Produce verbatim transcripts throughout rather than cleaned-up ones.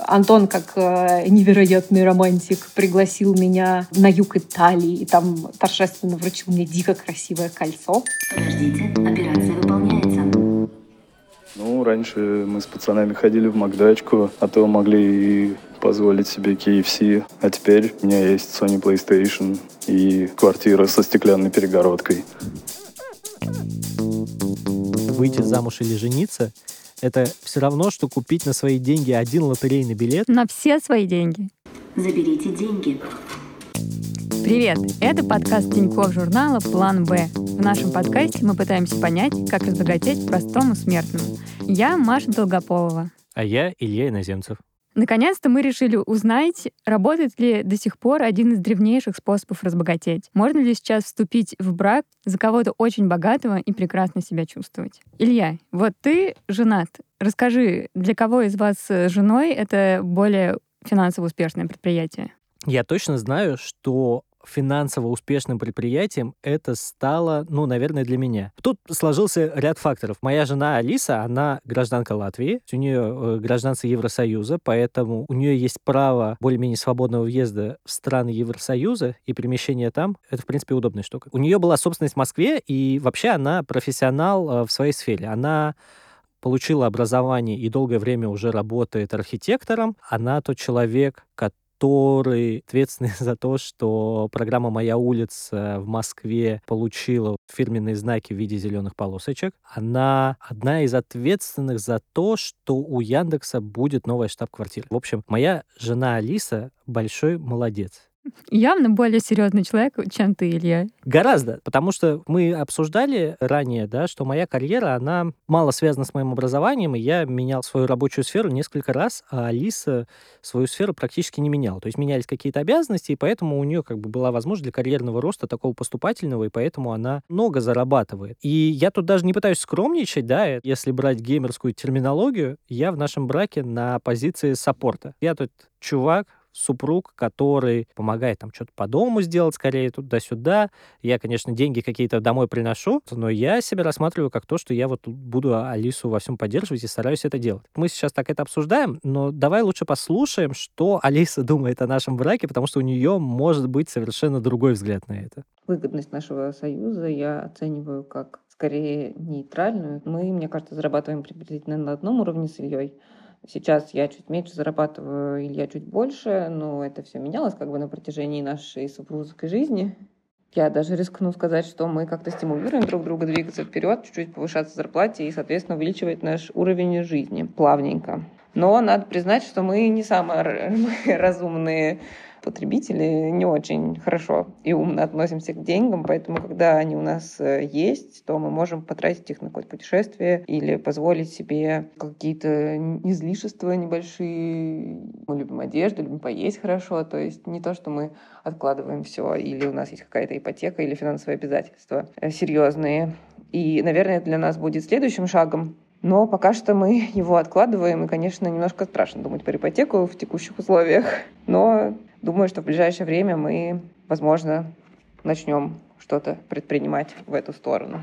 Антон, как э, невероятный романтик, пригласил меня на юг Италии и там торжественно вручил мне дико красивое кольцо. Подождите, операция выполняется. Ну, раньше мы с пацанами ходили в Макдачку, а то могли и позволить себе кей эф си. А теперь у меня есть Sony PlayStation и квартира со стеклянной перегородкой. Выйти замуж или жениться — это все равно, что купить на свои деньги один лотерейный билет. На все свои деньги. Заберите деньги. Привет! Это подкаст Тинькофф журнала «План Б». В нашем подкасте мы пытаемся понять, как разбогатеть простому смертному. Я Маша Долгополова. А я Илья Иноземцев. Наконец-то мы решили узнать, работает ли до сих пор один из древнейших способов разбогатеть. Можно ли сейчас вступить в брак за кого-то очень богатого и прекрасно себя чувствовать? Илья, вот ты женат. Расскажи, для кого из вас с женой это более финансово успешное предприятие? Я точно знаю, что финансово успешным предприятием это стало, ну, наверное, для меня. Тут сложился ряд факторов. Моя жена Алиса, она гражданка Латвии, у нее гражданство Евросоюза, поэтому у нее есть право более-менее свободного въезда в страны Евросоюза, и перемещение там — это, в принципе, удобная штука. У нее была собственность в Москве, и вообще она профессионал в своей сфере. Она получила образование и долгое время уже работает архитектором. Она тот человек, который который ответственный за то, что программа «Моя улица» в Москве получила фирменные знаки в виде зеленых полосочек. Она одна из ответственных за то, что у Яндекса будет новая штаб-квартира. В общем, моя жена Алиса большой молодец. Явно более серьезный человек, чем ты, Илья. Гораздо, потому что мы обсуждали ранее, да, что моя карьера, она мало связана с моим образованием, и я менял свою рабочую сферу несколько раз, а Алиса свою сферу практически не меняла. То есть менялись какие-то обязанности, и поэтому у нее как бы была возможность для карьерного роста такого поступательного, и поэтому она много зарабатывает. И я тут даже не пытаюсь скромничать, да, если брать геймерскую терминологию, я в нашем браке на позиции саппорта. Я тут чувак, супруг, который помогает там что-то по дому сделать, скорее туда-сюда. Я, конечно, деньги какие-то домой приношу, но я себя рассматриваю как то, что я вот буду Алису во всем поддерживать и стараюсь это делать. Мы сейчас так это обсуждаем, но давай лучше послушаем, что Алиса думает о нашем браке, потому что у нее может быть совершенно другой взгляд на это. Выгодность нашего союза я оцениваю как скорее нейтральную. Мы, мне кажется, зарабатываем приблизительно на одном уровне с Ильей. Сейчас я чуть меньше зарабатываю, Илья чуть больше, но это все менялось как бы на протяжении нашей супружеской жизни. Я даже рискну сказать, что мы как-то стимулируем друг друга двигаться вперед, чуть-чуть повышаться в зарплате и, соответственно, увеличивать наш уровень жизни плавненько. Но надо признать, что мы не самые разумные потребители, не очень хорошо и умно относимся к деньгам, поэтому, когда они у нас есть, то мы можем потратить их на какое-то путешествие или позволить себе какие-то излишества небольшие. Мы любим одежду, любим поесть хорошо, то есть не то, что мы откладываем все, или у нас есть какая-то ипотека или финансовые обязательства серьезные. И, наверное, это для нас будет следующим шагом. Но пока что мы его откладываем, и, конечно, немножко страшно думать про ипотеку в текущих условиях. Но думаю, что в ближайшее время мы, возможно, начнем что-то предпринимать в эту сторону.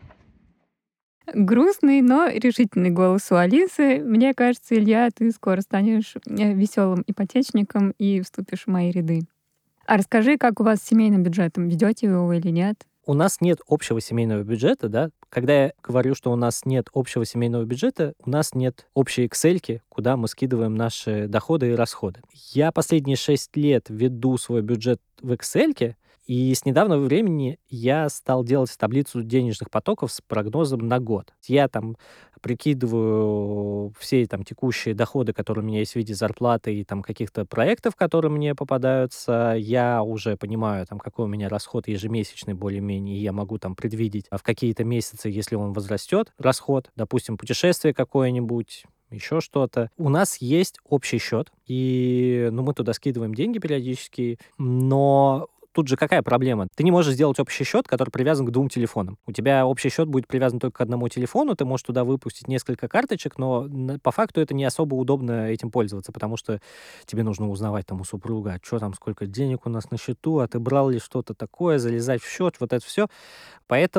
Грустный, но решительный голос у Алисы. Мне кажется, Илья, ты скоро станешь веселым ипотечником и вступишь в мои ряды. А расскажи, как у вас с семейным бюджетом? Ведете вы его или нет? У нас нет общего семейного бюджета, да. Когда я говорю, что у нас нет общего семейного бюджета, у нас нет общей Excel-ки, куда мы скидываем наши доходы и расходы. Я последние шесть лет веду свой бюджет в Excel-ке, и с недавнего времени я стал делать таблицу денежных потоков с прогнозом на год. Я там прикидываю все там текущие доходы, которые у меня есть в виде зарплаты и там каких-то проектов, которые мне попадаются. Я уже понимаю, там, какой у меня расход ежемесячный более-менее, и я могу там предвидеть в какие-то месяцы, если он возрастет, расход, допустим, путешествие какое-нибудь, еще что-то. У нас есть общий счет, и ну, мы туда скидываем деньги периодически, но тут же какая проблема? Ты не можешь сделать общий счет, который привязан к двум телефонам. У тебя общий счет будет привязан только к одному телефону, ты можешь туда выпустить несколько карточек, но по факту это не особо удобно этим пользоваться, потому что тебе нужно узнавать там у супруга, а что там, сколько денег у нас на счету, а ты брал ли что-то такое, залезать в счет, вот это все. Поэтому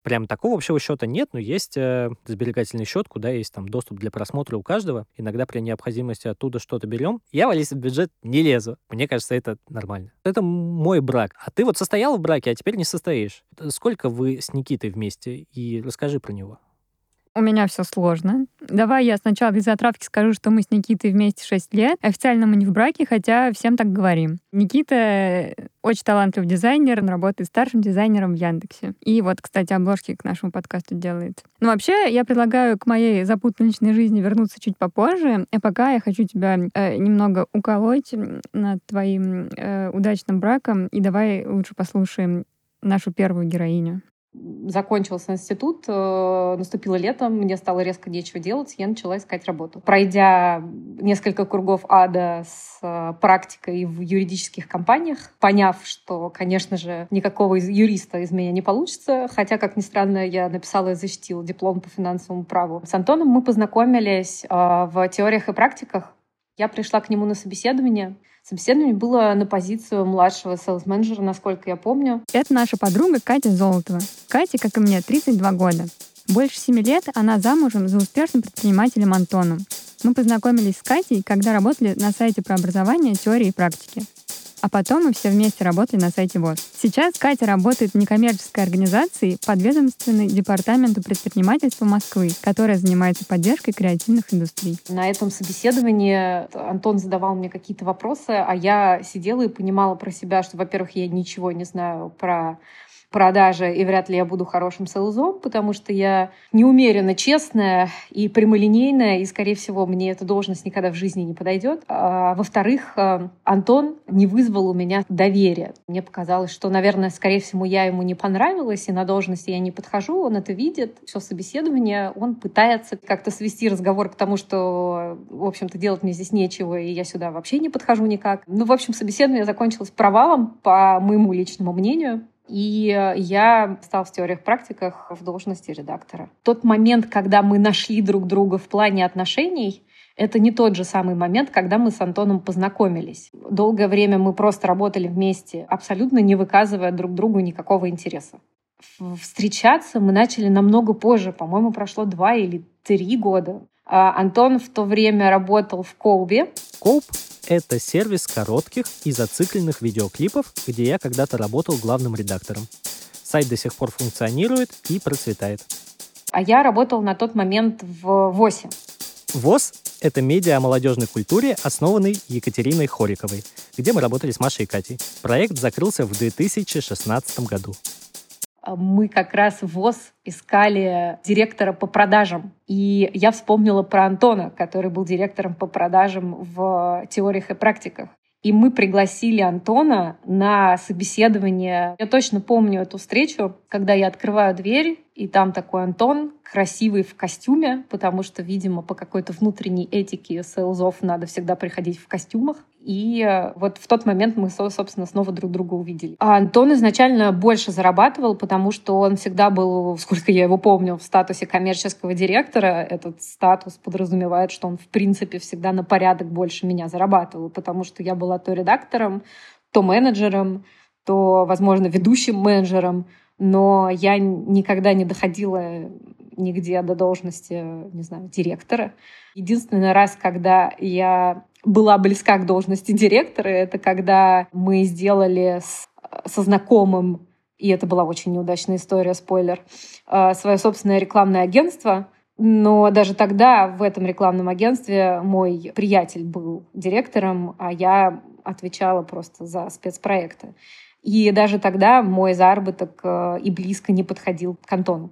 Прям такого общего счета нет, но есть э, сберегательный счет, куда есть там доступ для просмотра у каждого. Иногда при необходимости оттуда что-то берем. Я в личный бюджет не лезу. Мне кажется, это нормально. Это мой брак. А ты вот состояла в браке, а теперь не состоишь. Сколько вы с Никитой вместе? И расскажи про него. У меня все сложно. Давай я сначала без затравки скажу, что мы с Никитой вместе шесть лет. Официально мы не в браке, хотя всем так говорим. Никита очень талантливый дизайнер, он работает старшим дизайнером в Яндексе. И вот, кстати, обложки к нашему подкасту делает. Ну, вообще, я предлагаю к моей запутанной личной жизни вернуться чуть попозже. А пока я хочу тебя э, немного уколоть над твоим э, удачным браком. И давай лучше послушаем нашу первую героиню. Закончился институт, наступило лето, мне стало резко нечего делать, я начала искать работу. Пройдя несколько кругов ада с практикой в юридических компаниях, поняв, что, конечно же, никакого юриста из меня не получится, хотя, как ни странно, я написала и защитила диплом по финансовому праву. С Антоном мы познакомились в теориях и практиках. Я пришла к нему на собеседование. Собеседование было на позицию младшего селс-менеджера, насколько я помню. Это наша подруга Катя Золотова. Кате, как и мне, тридцать два года. Больше семи лет она замужем за успешным предпринимателем Антоном. Мы познакомились с Катей, когда работали на сайте про образование, теории и практики. А потом мы все вместе работали на сайте ВОЗ. Сейчас Катя работает в некоммерческой организации, подведомственной департаменту предпринимательства Москвы, которая занимается поддержкой креативных индустрий. На этом собеседовании Антон задавал мне какие-то вопросы, а я сидела и понимала про себя, что, во-первых, я ничего не знаю про продажи, и вряд ли я буду хорошим селзом, потому что я неумеренно честная и прямолинейная, и, скорее всего, мне эта должность никогда в жизни не подойдет. А, во-вторых, Антон не вызвал у меня доверия. Мне показалось, что, наверное, скорее всего, я ему не понравилась, и на должности я не подхожу, он это видит. Все собеседование, он пытается как-то свести разговор к тому, что, в общем-то, делать мне здесь нечего, и я сюда вообще не подхожу никак. Ну, в общем, собеседование закончилось провалом, по моему личному мнению. И я стала в теориях-практиках в должности редактора. Тот момент, когда мы нашли друг друга в плане отношений, это не тот же самый момент, когда мы с Антоном познакомились. Долгое время мы просто работали вместе, абсолютно не выказывая друг другу никакого интереса. Встречаться мы начали намного позже, по-моему, прошло два или три года. А Антон в то время работал в Колбе. Колб — это сервис коротких и зацикленных видеоклипов, где я когда-то работал главным редактором. Сайт до сих пор функционирует и процветает. А я работала на тот момент в ВОСе. ВОС — это медиа о молодежной культуре, основанный Екатериной Хориковой, где мы работали с Машей и Катей. Проект закрылся в две тысячи шестнадцатом году. Мы как раз в ВОС искали директора по продажам. И я вспомнила про Антона, который был директором по продажам в теориях и практиках. И мы пригласили Антона на собеседование. Я точно помню эту встречу, когда я открываю дверь, и там такой Антон, красивый в костюме, потому что, видимо, по какой-то внутренней этике селзов надо всегда приходить в костюмах. И вот в тот момент мы, собственно, снова друг друга увидели. А Антон изначально больше зарабатывал, потому что он всегда был, сколько я его помню, в статусе коммерческого директора. Этот статус подразумевает, что он, в принципе, всегда на порядок больше меня зарабатывал, потому что я была то редактором, то менеджером, то, возможно, ведущим менеджером, но я никогда не доходила нигде до должности, не знаю, директора. Единственный раз, когда я была близка к должности директора, это когда мы сделали с, со знакомым, и это была очень неудачная история, спойлер, свое собственное рекламное агентство. Но даже тогда в этом рекламном агентстве мой приятель был директором, а я отвечала просто за спецпроекты. И даже тогда мой заработок и близко не подходил к Антону.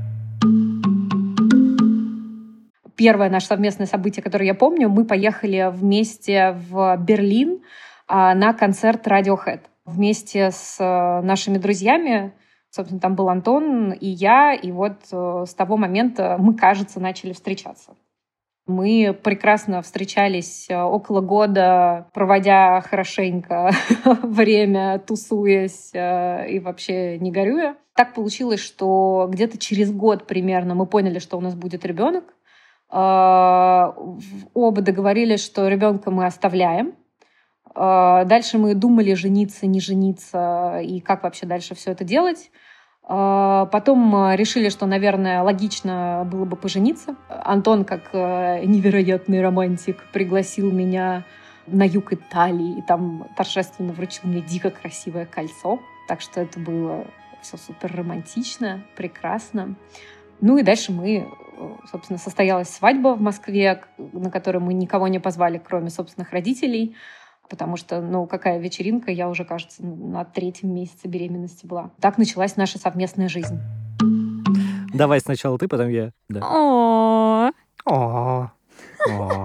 Первое наше совместное событие, которое я помню, мы поехали вместе в Берлин на концерт Radiohead. Вместе с нашими друзьями, собственно, там был Антон и я, и вот с того момента мы, кажется, начали встречаться. Мы прекрасно встречались около года, проводя хорошенько время, тусуясь и вообще не горюя. Так получилось, что где-то через год примерно мы поняли, что у нас будет ребенок. Оба договорились, что ребенка мы оставляем. Дальше мы думали, жениться, не жениться и как вообще дальше все это делать. А Потом э, решили, что, наверное, логично было бы пожениться. Антон, как э, невероятный романтик, пригласил меня на юг Италии и там торжественно вручил мне дико красивое кольцо. Так что это было все супер романтично, прекрасно. Ну и дальше мы, собственно, состоялась свадьба в Москве, на которую мы никого не позвали, кроме собственных родителей. Потому что, ну, какая вечеринка, я уже, кажется, на третьем месяце беременности была. Так началась наша совместная жизнь. Давай сначала ты, потом я. Да. О, О, о.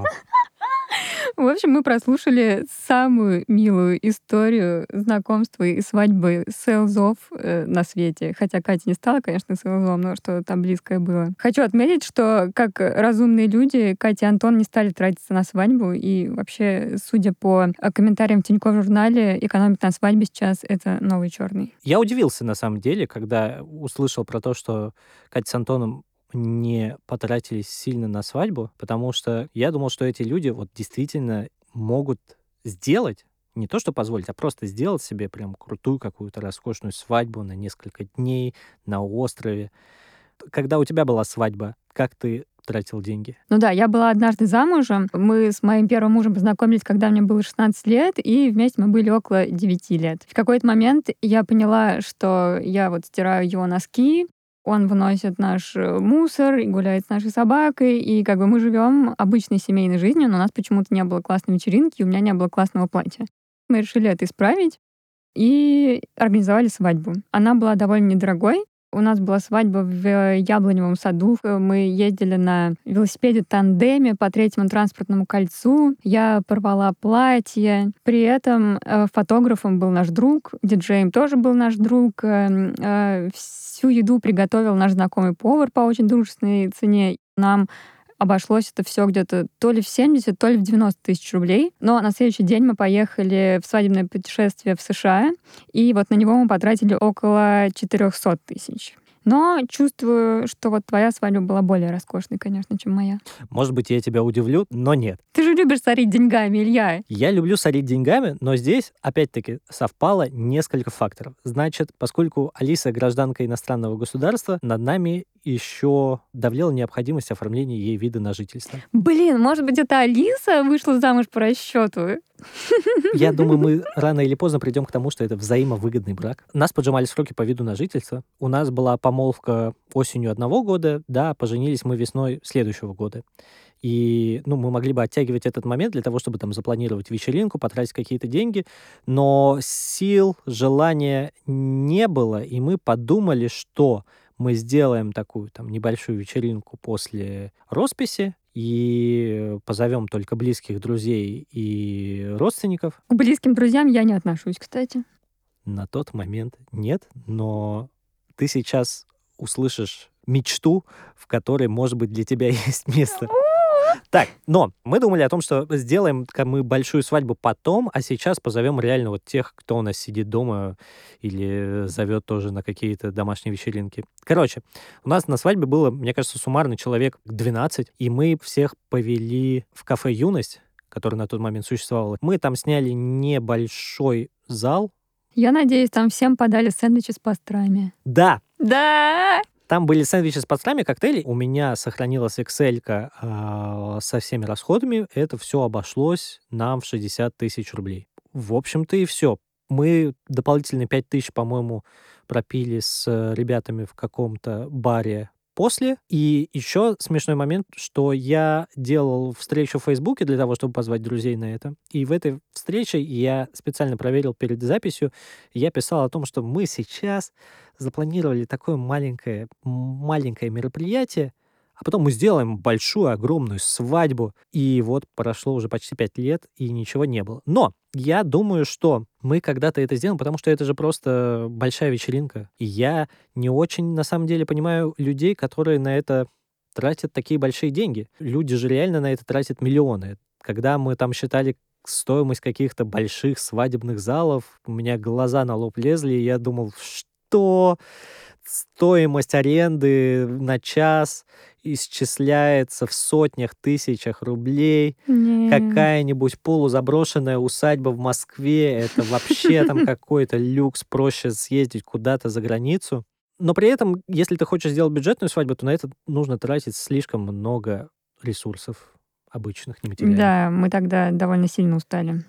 В общем, мы прослушали самую милую историю знакомства и свадьбы селзов э, на свете. Хотя Катя не стала, конечно, селзом, но что там близкое было. Хочу отметить, что как разумные люди, Катя и Антон не стали тратиться на свадьбу. И вообще, судя по комментариям в Тинькофф журнале, экономить на свадьбе сейчас — это новый черный. Я удивился, на самом деле, когда услышал про то, что Катя с Антоном не потратились сильно на свадьбу, потому что я думал, что эти люди вот действительно могут сделать, не то что позволить, а просто сделать себе прям крутую какую-то роскошную свадьбу на несколько дней на острове. Когда у тебя была свадьба, как ты тратил деньги? Ну да, я была однажды замужем. Мы с моим первым мужем познакомились, когда мне было шестнадцать лет, и вместе мы были около девяти лет. В какой-то момент я поняла, что я вот стираю его носки, он выносит наш мусор и гуляет с нашей собакой. И как бы мы живем обычной семейной жизнью, но у нас почему-то не было классной вечеринки, и у меня не было классного платья. Мы решили это исправить и организовали свадьбу. Она была довольно недорогой. У нас была свадьба в Яблоневом саду. Мы ездили на велосипеде-тандеме по третьему транспортному кольцу. Я порвала платье. При этом э, фотографом был наш друг, диджеем тоже был наш друг. Э, э, всю еду приготовил наш знакомый повар по очень дружественной цене. Нам обошлось это все где-то то ли в семьдесят, то ли в девяносто тысяч рублей. Но на следующий день мы поехали в свадебное путешествие в США, и вот на него мы потратили около четыреста тысяч. Но чувствую, что вот твоя свадьба была более роскошной, конечно, чем моя. Может быть, я тебя удивлю, но нет. Ты же любишь сорить деньгами, Илья. Я люблю сорить деньгами, но здесь, опять-таки, совпало несколько факторов. Значит, поскольку Алиса гражданка иностранного государства, над нами еще давлела необходимость оформления ей вида на жительство. Блин, может быть, это Алиса вышла замуж по расчету? Я думаю, мы рано или поздно придем к тому, что это взаимовыгодный брак. Нас поджимали сроки по виду на жительство. У нас была помолвка осенью одного года, да, поженились мы весной следующего года. И, ну, мы могли бы оттягивать этот момент для того, чтобы там запланировать вечеринку, потратить какие-то деньги, но сил, желания не было, и мы подумали, что мы сделаем такую там небольшую вечеринку после росписи и позовем только близких друзей и родственников. К близким друзьям я не отношусь, кстати. На тот момент нет, но ты сейчас услышишь мечту, в которой, может быть, для тебя есть место. Так, но мы думали о том, что сделаем мы большую свадьбу потом, а сейчас позовем реально вот тех, кто у нас сидит дома или зовет тоже на какие-то домашние вечеринки. Короче, у нас на свадьбе было, мне кажется, суммарно человек двенадцать, и мы всех повели в кафе «Юность», которое на тот момент существовало. Мы там сняли небольшой зал. Я надеюсь, там всем подали сэндвичи с пастрами. Да! Да! Там были сэндвичи с пастрами, коктейли. У меня сохранилась Excel-ка э, со всеми расходами. Это все обошлось нам в шестьдесят тысяч рублей. В общем-то и все. Мы дополнительные пять тысяч, по-моему, пропили с ребятами в каком-то баре после. И еще смешной момент, что я делал встречу в Фейсбуке для того, чтобы позвать друзей на это. И в этой встрече я специально проверил перед записью. Я писал о том, что мы сейчас запланировали такое маленькое, маленькое мероприятие, а потом мы сделаем большую, огромную свадьбу. И вот прошло уже почти пять лет, и ничего не было. Но я думаю, что мы когда-то это сделаем, потому что это же просто большая вечеринка. И я не очень, на самом деле, понимаю людей, которые на это тратят такие большие деньги. Люди же реально на это тратят миллионы. Когда мы там считали стоимость каких-то больших свадебных залов, у меня глаза на лоб лезли, и я думал, что стоимость аренды на час исчисляется в сотнях тысячах рублей. Нет. Какая-нибудь полузаброшенная усадьба в Москве, это вообще там какой-то люкс, проще съездить куда-то за границу. Но при этом, если ты хочешь сделать бюджетную свадьбу, то на это нужно тратить слишком много ресурсов обычных, нематериальных. Да, мы тогда довольно сильно устали.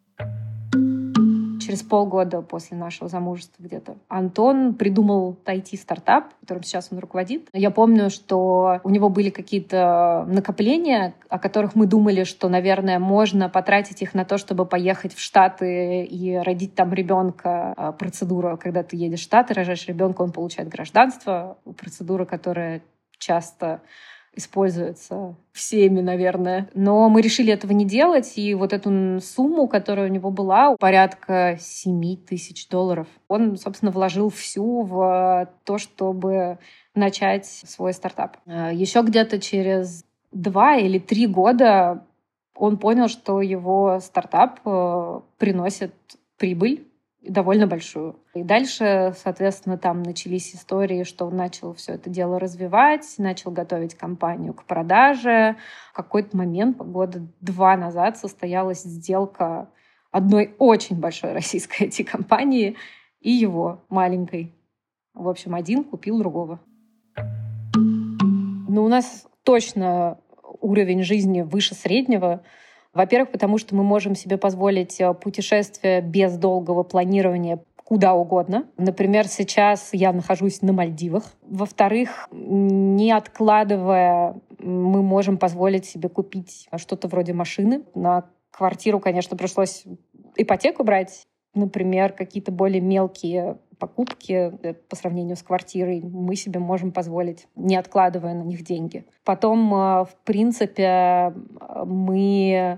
Через полгода после нашего замужества где-то Антон придумал ай ти-стартап, которым сейчас он руководит. Я помню, что у него были какие-то накопления, о которых мы думали, что, наверное, можно потратить их на то, чтобы поехать в Штаты и родить там ребенка. Процедура, когда ты едешь в Штаты, рожаешь ребенка, он получает гражданство. Процедура, которая часто используется всеми, наверное. Но мы решили этого не делать, и вот эту сумму, которая у него была, порядка семь тысяч долларов, он, собственно, вложил всю в то, чтобы начать свой стартап. Еще где-то через два или три года он понял, что его стартап приносит прибыль, довольно большую. И дальше, соответственно, там начались истории, что он начал все это дело развивать, начал готовить компанию к продаже. В какой-то момент, года два назад, состоялась сделка одной очень большой российской ай ти-компании и его, маленькой. В общем, один купил другого. Но у нас точно уровень жизни выше среднего. Во-первых, потому что мы можем себе позволить путешествие без долгого планирования куда угодно. Например, сейчас я нахожусь на Мальдивах. Во-вторых, не откладывая, мы можем позволить себе купить что-то вроде машины. На квартиру, конечно, пришлось ипотеку брать. Например, какие-то более мелкие покупки по сравнению с квартирой мы себе можем позволить, не откладывая на них деньги. Потом, в принципе, мы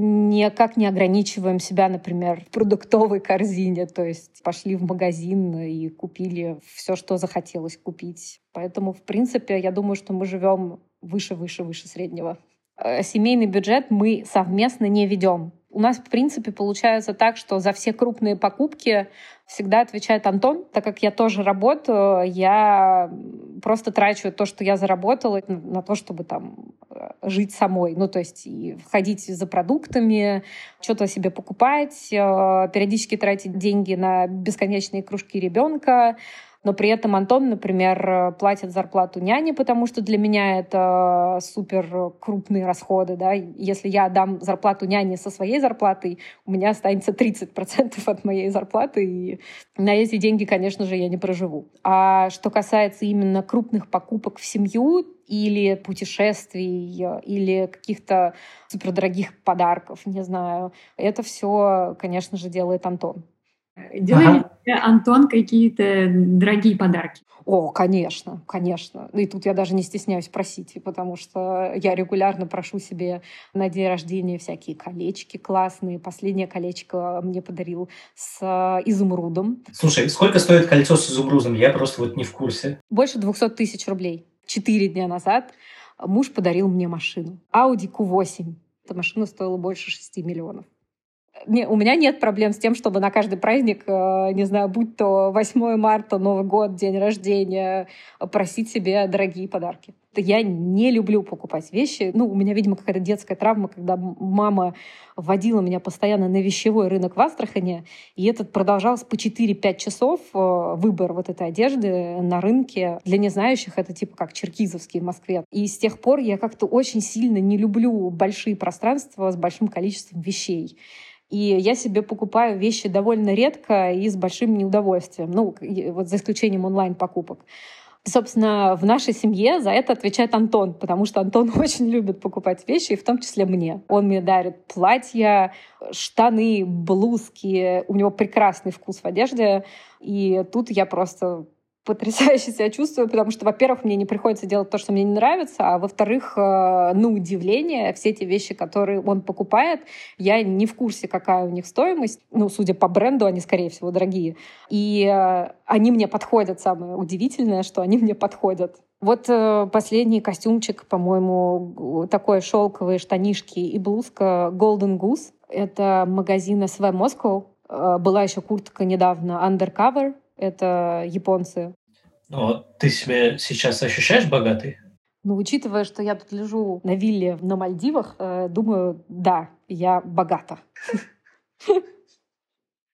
никак не ограничиваем себя, например, в продуктовой корзине, то есть пошли в магазин и купили все, что захотелось купить. Поэтому, в принципе, я думаю, что мы живем выше, выше, выше среднего. Семейный бюджет мы совместно не ведем. У нас, в принципе, получается так, что за все крупные покупки всегда отвечает Антон. Так как я тоже работаю, я просто трачу то, что я заработала, на то, чтобы там жить самой. Ну, то есть и ходить за продуктами, что-то себе покупать, периодически тратить деньги на бесконечные кружки ребенка. Но при этом Антон, например, платит зарплату няне, потому что для меня это супер крупные расходы. Да? Если я отдам зарплату няне со своей зарплатой, у меня останется тридцать процентов от моей зарплаты, и на эти деньги, конечно же, я не проживу. А что касается именно крупных покупок в семью или путешествий, или каких-то супердорогих подарков, не знаю, это все, конечно же, делает Антон. Делает ли Антон какие-то дорогие подарки? О, конечно, конечно. И тут я даже не стесняюсь просить, потому что я регулярно прошу себе на день рождения всякие колечки классные. Последнее колечко мне подарил с изумрудом. Слушай, сколько стоит кольцо с изумрудом? Я просто вот не в курсе. Больше двести тысяч рублей. Четыре дня назад муж подарил мне машину. Audi кью восемь. Эта машина стоила больше шести миллионов. Не, у меня нет проблем с тем, чтобы на каждый праздник, не знаю, будь то восьмое марта, Новый год, день рождения, просить себе дорогие подарки. Я не люблю покупать вещи. Ну, у меня, видимо, какая-то детская травма, когда мама водила меня постоянно на вещевой рынок в Астрахани, и этот продолжался по четыре-пять часов, выбор вот этой одежды на рынке. Для незнающих это типа как черкизовский в Москве. И с тех пор я как-то очень сильно не люблю большие пространства с большим количеством вещей. И я себе покупаю вещи довольно редко и с большим неудовольствием. Ну, вот за исключением онлайн-покупок. Собственно, в нашей семье за это отвечает Антон, потому что Антон очень любит покупать вещи, и в том числе мне. Он мне дарит платья, штаны, блузки. У него прекрасный вкус в одежде. И тут я просто потрясающе себя чувствую, потому что, во-первых, мне не приходится делать то, что мне не нравится, а во-вторых, на удивление, все эти вещи, которые он покупает, я не в курсе, какая у них стоимость. Ну, судя по бренду, они, скорее всего, дорогие. И они мне подходят. Самое удивительное, что они мне подходят. Вот последний костюмчик, по-моему, такой шелковые штанишки и блузка Golden Goose. Это магазин эс ви Moscow. Была еще куртка недавно Undercover. Это японцы. Ну, ты себя сейчас ощущаешь богатой? Ну, учитывая, что я тут лежу на вилле на Мальдивах, э, думаю, да, я богата.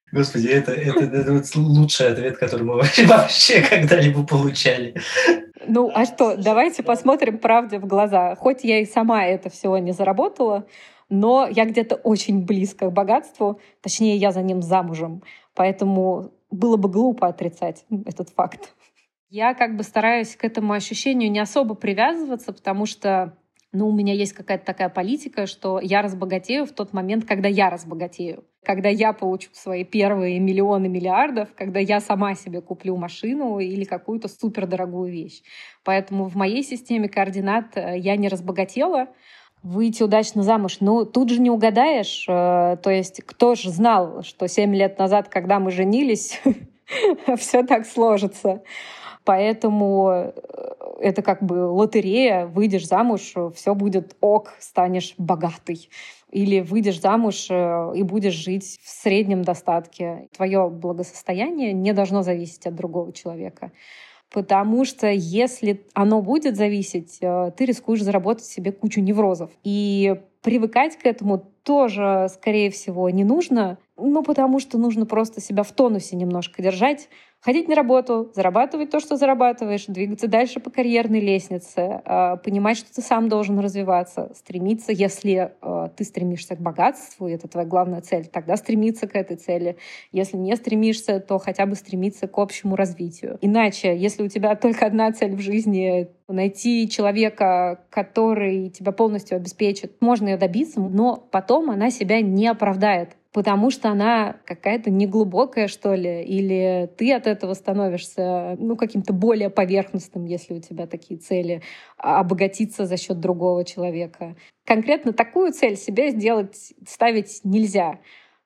Господи, это, это, это вот лучший ответ, который мы вообще, вообще когда-либо получали. Ну, а что, давайте посмотрим правде в глаза. Хоть я и сама это всего не заработала, но я где-то очень близко к богатству, точнее, я за ним замужем. Поэтому было бы глупо отрицать этот факт. Я как бы стараюсь к этому ощущению не особо привязываться, потому что ну, у меня есть какая-то такая политика, что я разбогатею в тот момент, когда я разбогатею. Когда я получу свои первые миллионы миллиардов, когда я сама себе куплю машину или какую-то супердорогую вещь. Поэтому в моей системе координат я не разбогатела. Выйти удачно замуж, ну, тут же не угадаешь. То есть кто же знал, что семь лет назад, когда мы женились, все так сложится. Поэтому это как бы лотерея. Выйдешь замуж, все будет ок, станешь богатой. Или выйдешь замуж и будешь жить в среднем достатке. Твое благосостояние не должно зависеть от другого человека. Потому что если оно будет зависеть, ты рискуешь заработать себе кучу неврозов. И привыкать к этому тоже, скорее всего, не нужно. Ну, потому что нужно просто себя в тонусе немножко держать. Ходить на работу, зарабатывать то, что зарабатываешь, двигаться дальше по карьерной лестнице, понимать, что ты сам должен развиваться, стремиться, если ты стремишься к богатству, и это твоя главная цель, тогда стремиться к этой цели. Если не стремишься, то хотя бы стремиться к общему развитию. Иначе, если у тебя только одна цель в жизни — найти человека, который тебя полностью обеспечит, можно ее добиться, но потом она себя не оправдает. Потому что она какая-то неглубокая, что ли, или ты от этого становишься ну, каким-то более поверхностным, если у тебя такие цели, обогатиться за счет другого человека. Конкретно такую цель себе сделать, ставить нельзя.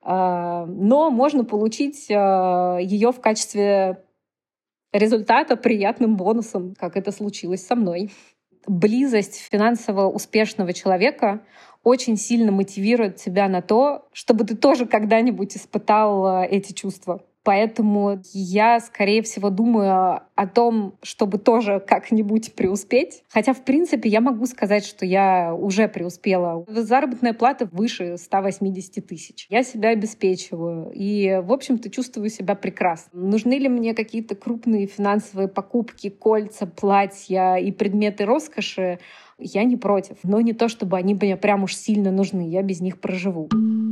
Но можно получить ее в качестве результата приятным бонусом, как это случилось со мной. Близость финансово успешного человека очень сильно мотивирует тебя на то, чтобы ты тоже когда-нибудь испытал эти чувства. Поэтому я, скорее всего, думаю о том, чтобы тоже как-нибудь преуспеть. Хотя, в принципе, я могу сказать, что я уже преуспела. Заработная плата выше ста восьмидесяти тысяч. Я себя обеспечиваю. И, в общем-то, чувствую себя прекрасно. Нужны ли мне какие-то крупные финансовые покупки, кольца, платья и предметы роскоши? Я не против. Но не то, чтобы они мне прям уж сильно нужны. Я без них проживу.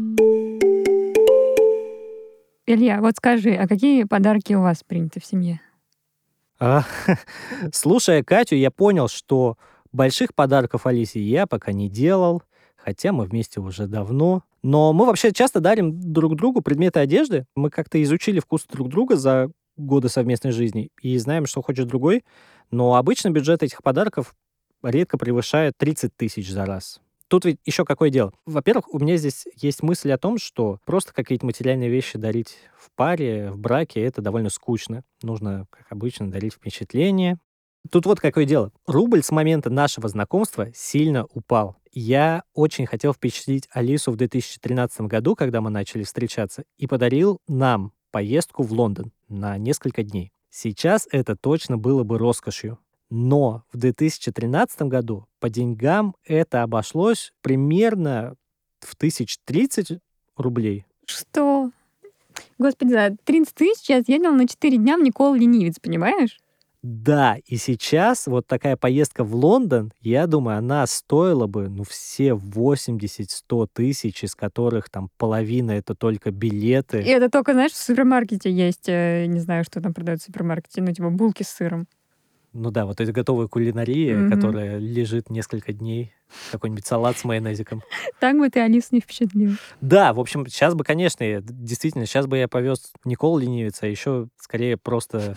Илья, вот скажи, а какие подарки у вас приняты в семье? А, слушая Катю, я понял, что больших подарков Алисе я пока не делал, хотя мы вместе уже давно. Но мы вообще часто дарим друг другу предметы одежды. Мы как-то изучили вкус друг друга за годы совместной жизни и знаем, что хочет другой. Но обычно бюджет этих подарков редко превышает тридцать тысяч за раз. Тут ведь еще какое дело. Во-первых, у меня здесь есть мысль о том, что просто какие-то материальные вещи дарить в паре, в браке, это довольно скучно. Нужно, как обычно, дарить впечатление. Тут вот какое дело. Рубль с момента нашего знакомства сильно упал. Я очень хотел впечатлить Алису в две тысячи тринадцатом году, когда мы начали встречаться, и подарил нам поездку в Лондон на несколько дней. Сейчас это точно было бы роскошью. Но в две тысячи тринадцатом году по деньгам это обошлось примерно в тысяч тридцать рублей. Что? Господи, за тридцать тысяч я съездила на четыре дня в Никола Ленивец, понимаешь? Да, и сейчас вот такая поездка в Лондон, я думаю, она стоила бы, ну, все восемьдесят-сто тысяч, из которых там половина — это только билеты. И это только, знаешь, в супермаркете есть, не знаю, что там продают в супермаркете, ну, типа булки с сыром. Ну да, вот эта готовая кулинария, Мгм. которая лежит несколько дней, какой-нибудь салат с майонезиком. Так бы ты Алису не впечатлил. Да, в общем, сейчас бы, конечно, я- действительно, сейчас бы я повез Николу Ленивец, а еще скорее просто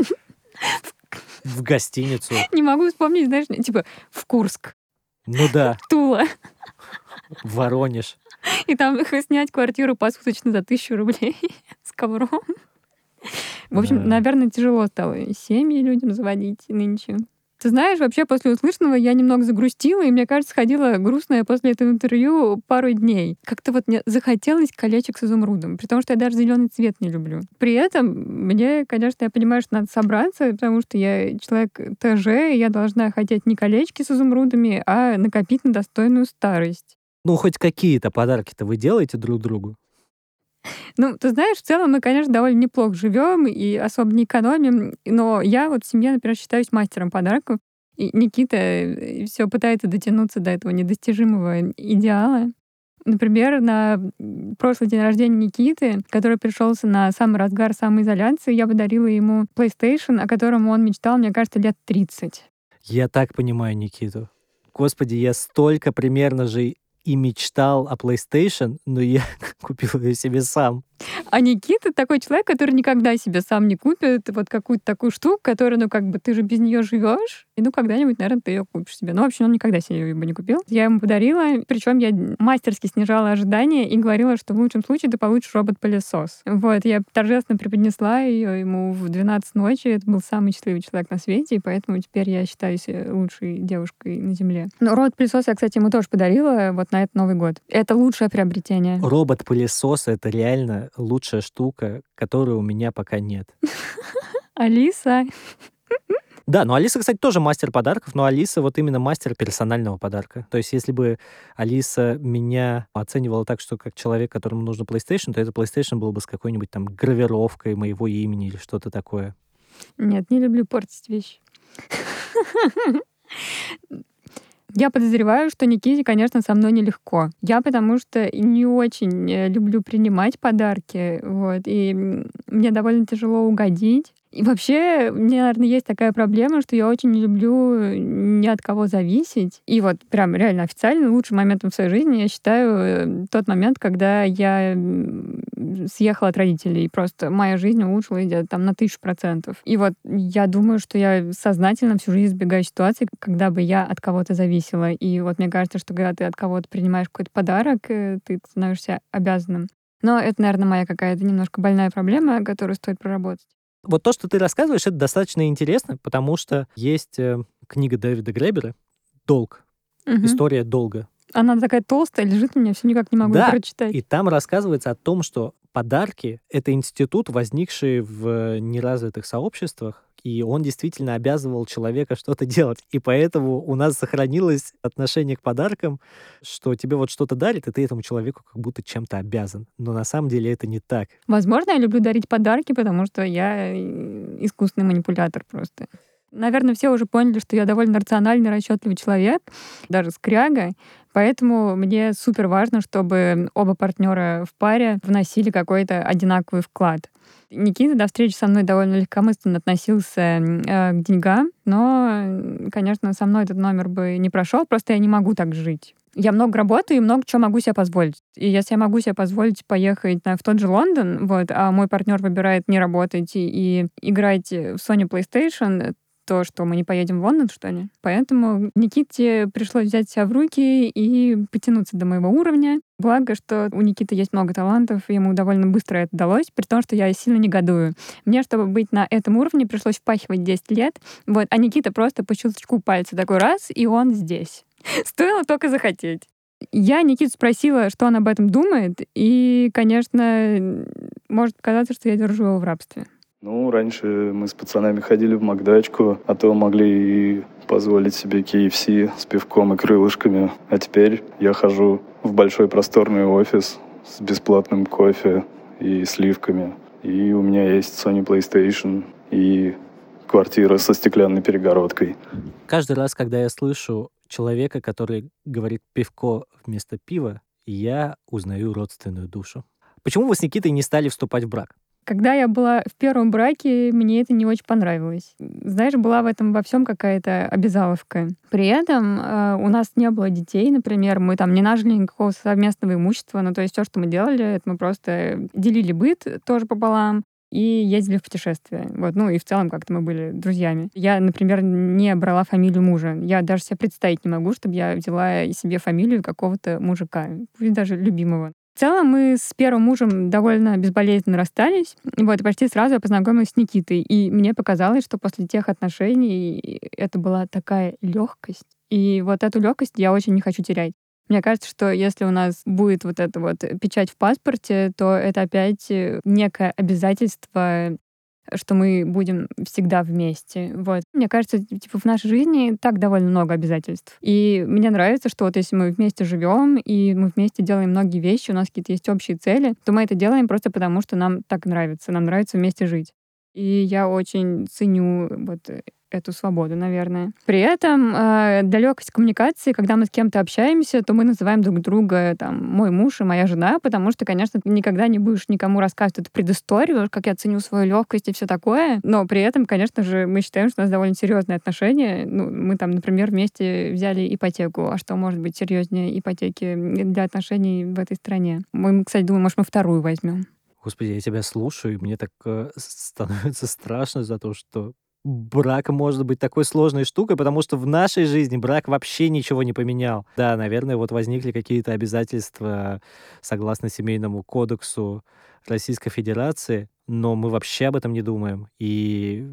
в гостиницу. Не могу вспомнить, знаешь, типа в Курск, Ну да, Тула, в Воронеж. и там снять квартиру посуточно за тысячу рублей с ковром. В общем, Да. наверное, тяжело стало семьи людям заводить нынче. Ты знаешь, вообще после услышанного я немного загрустила, и, мне кажется, ходила грустная после этого интервью пару дней. Как-то вот мне захотелось колечек с изумрудом, при том, что я даже зеленый цвет не люблю. При этом мне, конечно, я понимаю, что надо собраться, потому что я человек ТЖ, и я должна хотеть не колечки с изумрудами, а накопить на достойную старость. Ну, хоть какие-то подарки-то вы делаете друг другу? Ну, ты знаешь, в целом мы, конечно, довольно неплохо живем и особо не экономим, но я вот в семье, например, считаюсь мастером подарков, и Никита все пытается дотянуться до этого недостижимого идеала. Например, на прошлый день рождения Никиты, который пришелся на самый разгар самоизоляции, я подарила ему PlayStation, о котором он мечтал, мне кажется, лет тридцать. Я так понимаю Никиту. Господи, я столько примерно же и мечтал о PlayStation, но я купил ее себе сам. А Никита такой человек, который никогда себе сам не купит вот какую-то такую штуку, которую, ну, как бы ты же без нее живешь, и ну когда-нибудь, наверное, ты ее купишь себе. Ну, в общем, он никогда себе ее бы не купил. Я ему подарила, причем я мастерски снижала ожидания и говорила, что в лучшем случае ты получишь робот-пылесос. Вот, я торжественно преподнесла ее ему в двенадцать ночи. Это был самый счастливый человек на свете, и поэтому теперь я считаюсь лучшей девушкой на Земле. Но робот-пылесос я, кстати, ему тоже подарила вот на этот Новый год. Это лучшее приобретение. Робот-пылесос — это реально лучшая штука, которой у меня пока нет. Алиса. Да, но Алиса, кстати, тоже мастер подарков, но Алиса вот именно мастер персонального подарка. То есть если бы Алиса меня оценивала так, что как человек, которому нужно PlayStation, то это PlayStation был бы с какой-нибудь там гравировкой моего имени или что-то такое. Нет, не люблю портить вещи. Я подозреваю, что Никите, конечно, со мной нелегко. Я потому что не очень люблю принимать подарки, вот, и мне довольно тяжело угодить. И вообще, у меня, наверное, есть такая проблема, что я очень не люблю ни от кого зависеть. И вот прям реально официально лучшим моментом в своей жизни я считаю тот момент, когда я съехала от родителей. И просто моя жизнь улучшилась где-то там на тысячу процентов. И вот я думаю, что я сознательно всю жизнь избегаю ситуации, когда бы я от кого-то зависела. И вот мне кажется, что когда ты от кого-то принимаешь какой-то подарок, ты становишься обязанным. Но это, наверное, моя какая-то немножко больная проблема, которую стоит проработать. Вот то, что ты рассказываешь, это достаточно интересно, потому что есть э, книга Дэвида Гребера «Долг». Угу. История долга. Она такая толстая, лежит у меня, все никак не могу да, прочитать. И там рассказывается о том, что подарки — это институт, возникший в неразвитых сообществах, и он действительно обязывал человека что-то делать. И поэтому у нас сохранилось отношение к подаркам, что тебе вот что-то дарит, и ты этому человеку как будто чем-то обязан. Но на самом деле это не так. Возможно, я люблю дарить подарки, потому что я искусный манипулятор просто. Наверное, все уже поняли, что я довольно рациональный, расчетливый человек, даже скряга. Поэтому мне супер важно, чтобы оба партнера в паре вносили какой-то одинаковый вклад. Никита до встречи со мной довольно легкомысленно относился э, к деньгам, но, конечно, со мной этот номер бы не прошел, просто я не могу так жить. Я много работаю и много чего могу себе позволить. И если я могу себе позволить поехать в тот же Лондон, вот, а мой партнер выбирает не работать и, и играть в Sony PlayStation, то, что мы не поедем в Лондон, что ли. Поэтому Никите пришлось взять себя в руки и потянуться до моего уровня. Благо, что у Никиты есть много талантов, и ему довольно быстро это удалось, при том, что я сильно негодую. Мне, чтобы быть на этом уровне, пришлось впахивать десять лет, вот, а Никита просто по щелчку пальца такой раз, и он здесь. Стоило только захотеть. Я Никиту спросила, что он об этом думает, и, конечно, может показаться, что я держу его в рабстве. Ну, раньше мы с пацанами ходили в Макдачку, а то могли и позволить себе кей эф си с пивком и крылышками. А теперь я хожу в большой просторный офис с бесплатным кофе и сливками. И у меня есть Sony PlayStation и квартира со стеклянной перегородкой. Каждый раз, когда я слышу человека, который говорит «пивко» вместо пива, я узнаю родственную душу. Почему вы с Никитой не стали вступать в брак? Когда я была в первом браке, мне это не очень понравилось. Знаешь, была в этом во всем какая-то обязаловка. При этом э, у нас не было детей, например, мы там не нажили никакого совместного имущества, ну то есть все, что мы делали, это мы просто делили быт тоже пополам и ездили в путешествия. Вот, ну и в целом как-то мы были друзьями. Я, например, не брала фамилию мужа. Я даже себе представить не могу, чтобы я взяла себе фамилию какого-то мужика, пусть даже любимого. В целом мы с первым мужем довольно безболезненно расстались. Вот, и почти сразу я познакомилась с Никитой. И мне показалось, что после тех отношений это была такая легкость. И вот эту легкость я очень не хочу терять. Мне кажется, что если у нас будет вот эта вот печать в паспорте, то это опять некое обязательство что мы будем всегда вместе. Вот. Мне кажется, типа, в нашей жизни так довольно много обязательств. И мне нравится, что вот если мы вместе живем, и мы вместе делаем многие вещи, у нас какие-то есть общие цели, то мы это делаем просто потому, что нам так нравится. Нам нравится вместе жить. И я очень ценю вот эту свободу, наверное. При этом э, для легкости коммуникации, когда мы с кем-то общаемся, то мы называем друг друга там мой муж и моя жена, потому что, конечно, ты никогда не будешь никому рассказывать эту предысторию, как я ценю свою легкость и все такое. Но при этом, конечно же, мы считаем, что у нас довольно серьезные отношения. Ну, мы там, например, вместе взяли ипотеку. А что может быть серьезнее ипотеки для отношений в этой стране? Мы, кстати, думаем, может, мы вторую возьмем. Господи, я тебя слушаю, и мне так э, становится страшно за то, что брак может быть такой сложной штукой, потому что в нашей жизни брак вообще ничего не поменял. Да, наверное, вот возникли какие-то обязательства согласно Семейному кодексу Российской Федерации, но мы вообще об этом не думаем. И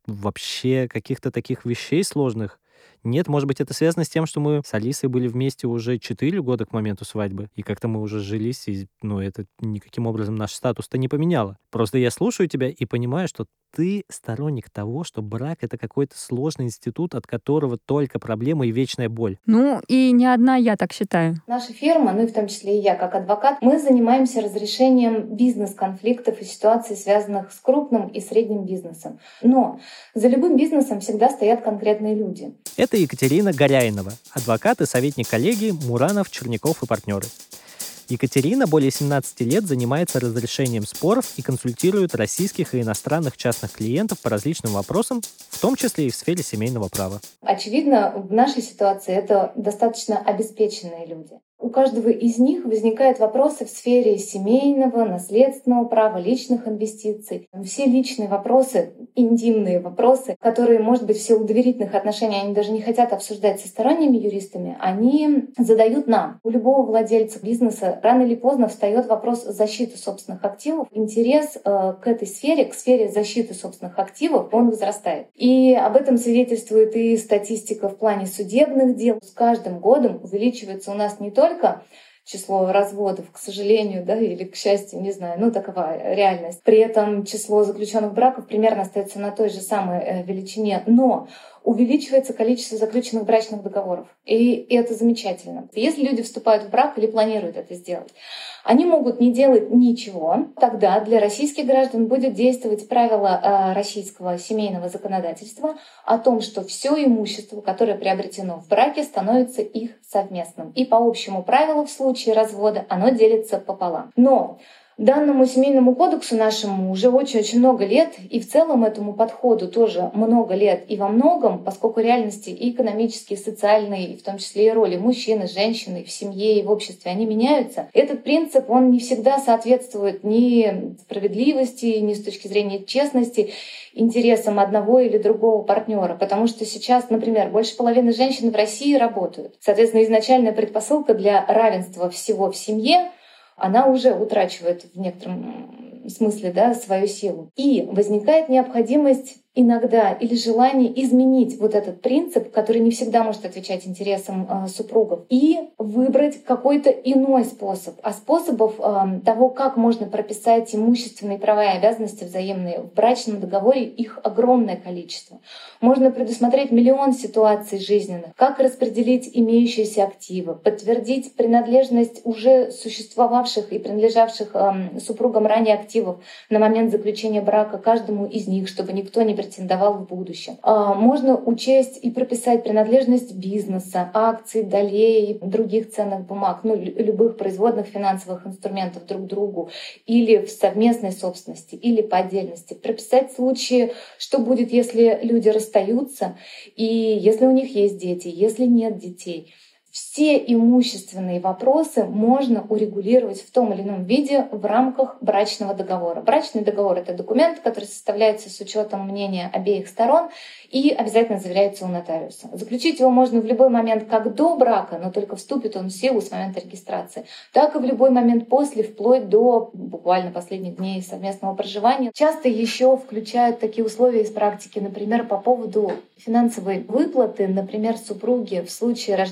вообще каких-то таких вещей сложных нет. Может быть, это связано с тем, что мы с Алисой были вместе уже четыре года к моменту свадьбы, и как-то мы уже жились, и ну, это никаким образом наш статус-то не поменяло. Просто я слушаю тебя и понимаю, что ты сторонник того, что брак — это какой-то сложный институт, от которого только проблемы и вечная боль. Ну, и не одна я так считаю. Наша фирма, ну и в том числе и я как адвокат, мы занимаемся разрешением бизнес-конфликтов и ситуаций, связанных с крупным и средним бизнесом. Но за любым бизнесом всегда стоят конкретные люди. Это Екатерина Горяинова, адвокат и советник коллегии Муранов, Черняков и партнеры. Екатерина более семнадцати лет занимается разрешением споров и консультирует российских и иностранных частных клиентов по различным вопросам, в том числе и в сфере семейного права. Очевидно, в нашей ситуации это достаточно обеспеченные люди. У каждого из них возникают вопросы в сфере семейного, наследственного права, личных инвестиций. Все личные вопросы, интимные вопросы, которые, может быть, в силу доверительных отношений они даже не хотят обсуждать со сторонними юристами, они задают нам. У любого владельца бизнеса рано или поздно встает вопрос защиты собственных активов. Интерес э, к этой сфере, к сфере защиты собственных активов, он возрастает. И об этом свидетельствует и статистика в плане судебных дел. С каждым годом увеличивается у нас не только число разводов, к сожалению, да, или к счастью, не знаю, ну такова реальность. При этом число заключенных браков примерно остается на той же самой величине, но увеличивается количество заключенных брачных договоров. И это замечательно. Если люди вступают в брак или планируют это сделать, они могут не делать ничего. Тогда для российских граждан будет действовать правило российского семейного законодательства о том, что все имущество, которое приобретено в браке, становится их совместным. И по общему правилу в случае развода оно делится пополам. Но данному семейному кодексу нашему уже очень-очень много лет, и в целом этому подходу тоже много лет. И во многом, поскольку реальности и экономические, и социальные, и в том числе и роли мужчины, женщины в семье и в обществе, они меняются, этот принцип, он не всегда соответствует ни справедливости, ни с точки зрения честности, интересам одного или другого партнера. Потому что сейчас, например, больше половины женщин в России работают. Соответственно, изначальная предпосылка для равенства всего в семье, она уже утрачивает в некотором смысле, да, свою силу. И возникает необходимость иногда или желание изменить вот этот принцип, который не всегда может отвечать интересам э, супругов, и выбрать какой-то иной способ. А способов э, того, как можно прописать имущественные права и обязанности взаимные в брачном договоре, их огромное количество. Можно предусмотреть миллион ситуаций жизненных, как распределить имеющиеся активы, подтвердить принадлежность уже существовавших и принадлежавших э, супругам ранее активов на момент заключения брака каждому из них, чтобы никто не претендовал в будущем. Можно учесть и прописать принадлежность бизнеса, акций, долей, других ценных бумаг, ну, любых производных финансовых инструментов друг другу, или в совместной собственности, или по отдельности. Прописать случаи, что будет, если люди расстаются, и если у них есть дети, если нет детей. Все имущественные вопросы можно урегулировать в том или ином виде в рамках брачного договора. Брачный договор — это документ, который составляется с учетом мнения обеих сторон и обязательно заверяется у нотариуса. Заключить его можно в любой момент как до брака, но только вступит он в силу с момента регистрации, так и в любой момент после, вплоть до буквально последних дней совместного проживания. Часто еще включают такие условия из практики, например, по поводу финансовой выплаты, например, супруги в случае рождения ребенка.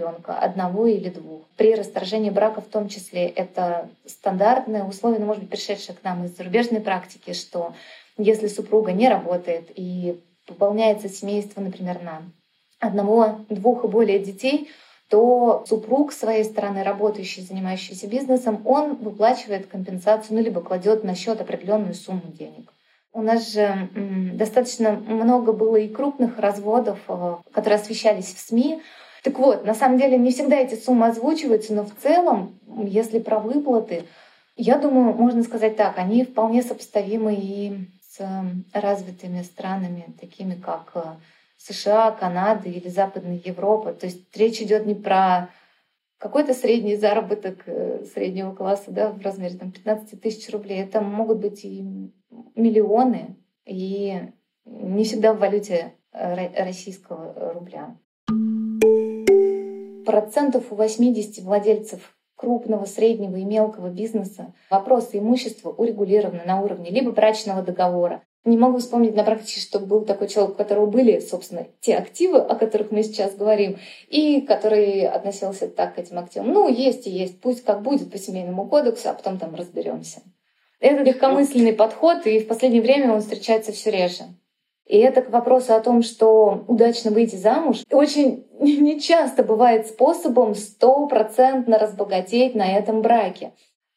ребенка, одного или двух. При расторжении брака в том числе это стандартное условие, но, может быть, пришедшее к нам из зарубежной практики, что если супруга не работает и пополняется семейство, например, на одного, двух и более детей, то супруг с своей стороны, работающий, занимающийся бизнесом, он выплачивает компенсацию, ну, либо кладет на счет определенную сумму денег. У нас же м, достаточно много было и крупных разводов, э, которые освещались в СМИ. Так вот, на самом деле не всегда эти суммы озвучиваются, но в целом, если про выплаты, я думаю, можно сказать так, они вполне сопоставимы и с развитыми странами, такими как США, Канада или Западная Европа. То есть речь идет не про какой-то средний заработок среднего класса, да, в размере там, пятнадцать тысяч рублей. Это могут быть и миллионы, и не всегда в валюте российского рубля. Процентов у восьмидесяти владельцев крупного, среднего и мелкого бизнеса вопросы имущества урегулированы на уровне либо брачного договора. Не могу вспомнить на практике, что был такой человек, у которого были, собственно, те активы, о которых мы сейчас говорим, и который относился так к этим активам. Ну, есть и есть, пусть как будет по семейному кодексу, а потом там разберемся. Это легкомысленный подход, и в последнее время он встречается все реже. И это к вопросу о том, что удачно выйти замуж, очень нечасто бывает способом стопроцентно разбогатеть на этом браке.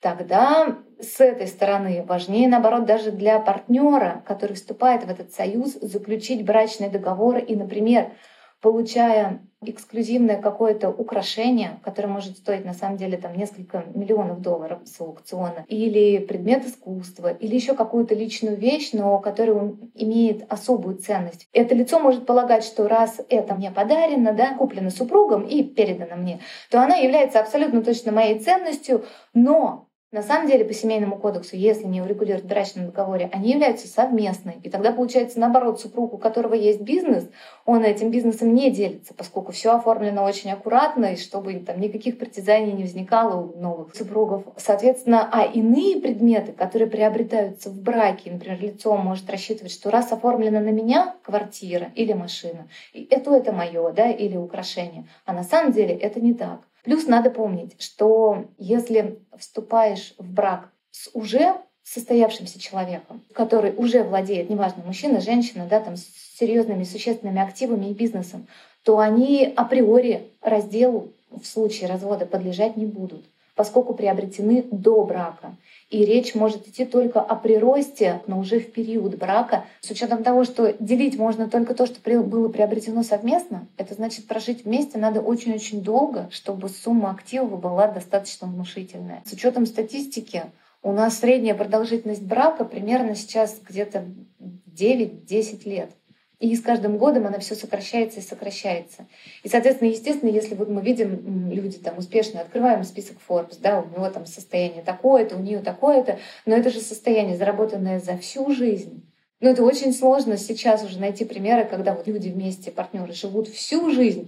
Тогда с этой стороны важнее, наоборот, даже для партнера, который вступает в этот союз, заключить брачный договор и, например, получая эксклюзивное какое-то украшение, которое может стоить на самом деле там несколько миллионов долларов с аукциона, или предмет искусства, или еще какую-то личную вещь, но которая имеет особую ценность. Это лицо может полагать, что раз это мне подарено, да, куплено супругом и передано мне, то она является абсолютно точно моей ценностью, но на самом деле, по семейному кодексу, если не урегулируют в брачном договоре, они являются совместной. И тогда получается наоборот, супруг, у которого есть бизнес, он этим бизнесом не делится, поскольку все оформлено очень аккуратно, и чтобы там никаких притязаний не возникало у новых супругов. Соответственно, а иные предметы, которые приобретаются в браке, например, лицо может рассчитывать, что раз оформлена на меня квартира или машина, это это мое, да, или украшение. А на самом деле это не так. Плюс надо помнить, что если вступаешь в брак с уже состоявшимся человеком, который уже владеет, неважно, мужчина, женщина, да, там, с серьезными существенными активами и бизнесом, то они априори разделу в случае развода подлежать не будут, поскольку приобретены до брака. И речь может идти только о приросте, но уже в период брака. С учетом того, что делить можно только то, что было приобретено совместно, это значит, прожить вместе надо очень-очень долго, чтобы сумма активов была достаточно внушительная. С учетом статистики, у нас средняя продолжительность брака примерно сейчас где-то девять-десять лет. И с каждым годом она все сокращается и сокращается. И, соответственно, естественно, если вот мы видим, люди там успешные, открываем список Forbes, да, у него там состояние такое-то, у нее такое-то, но это же состояние, заработанное за всю жизнь. Но это очень сложно сейчас уже найти примеры, когда вот люди вместе, партнеры, живут всю жизнь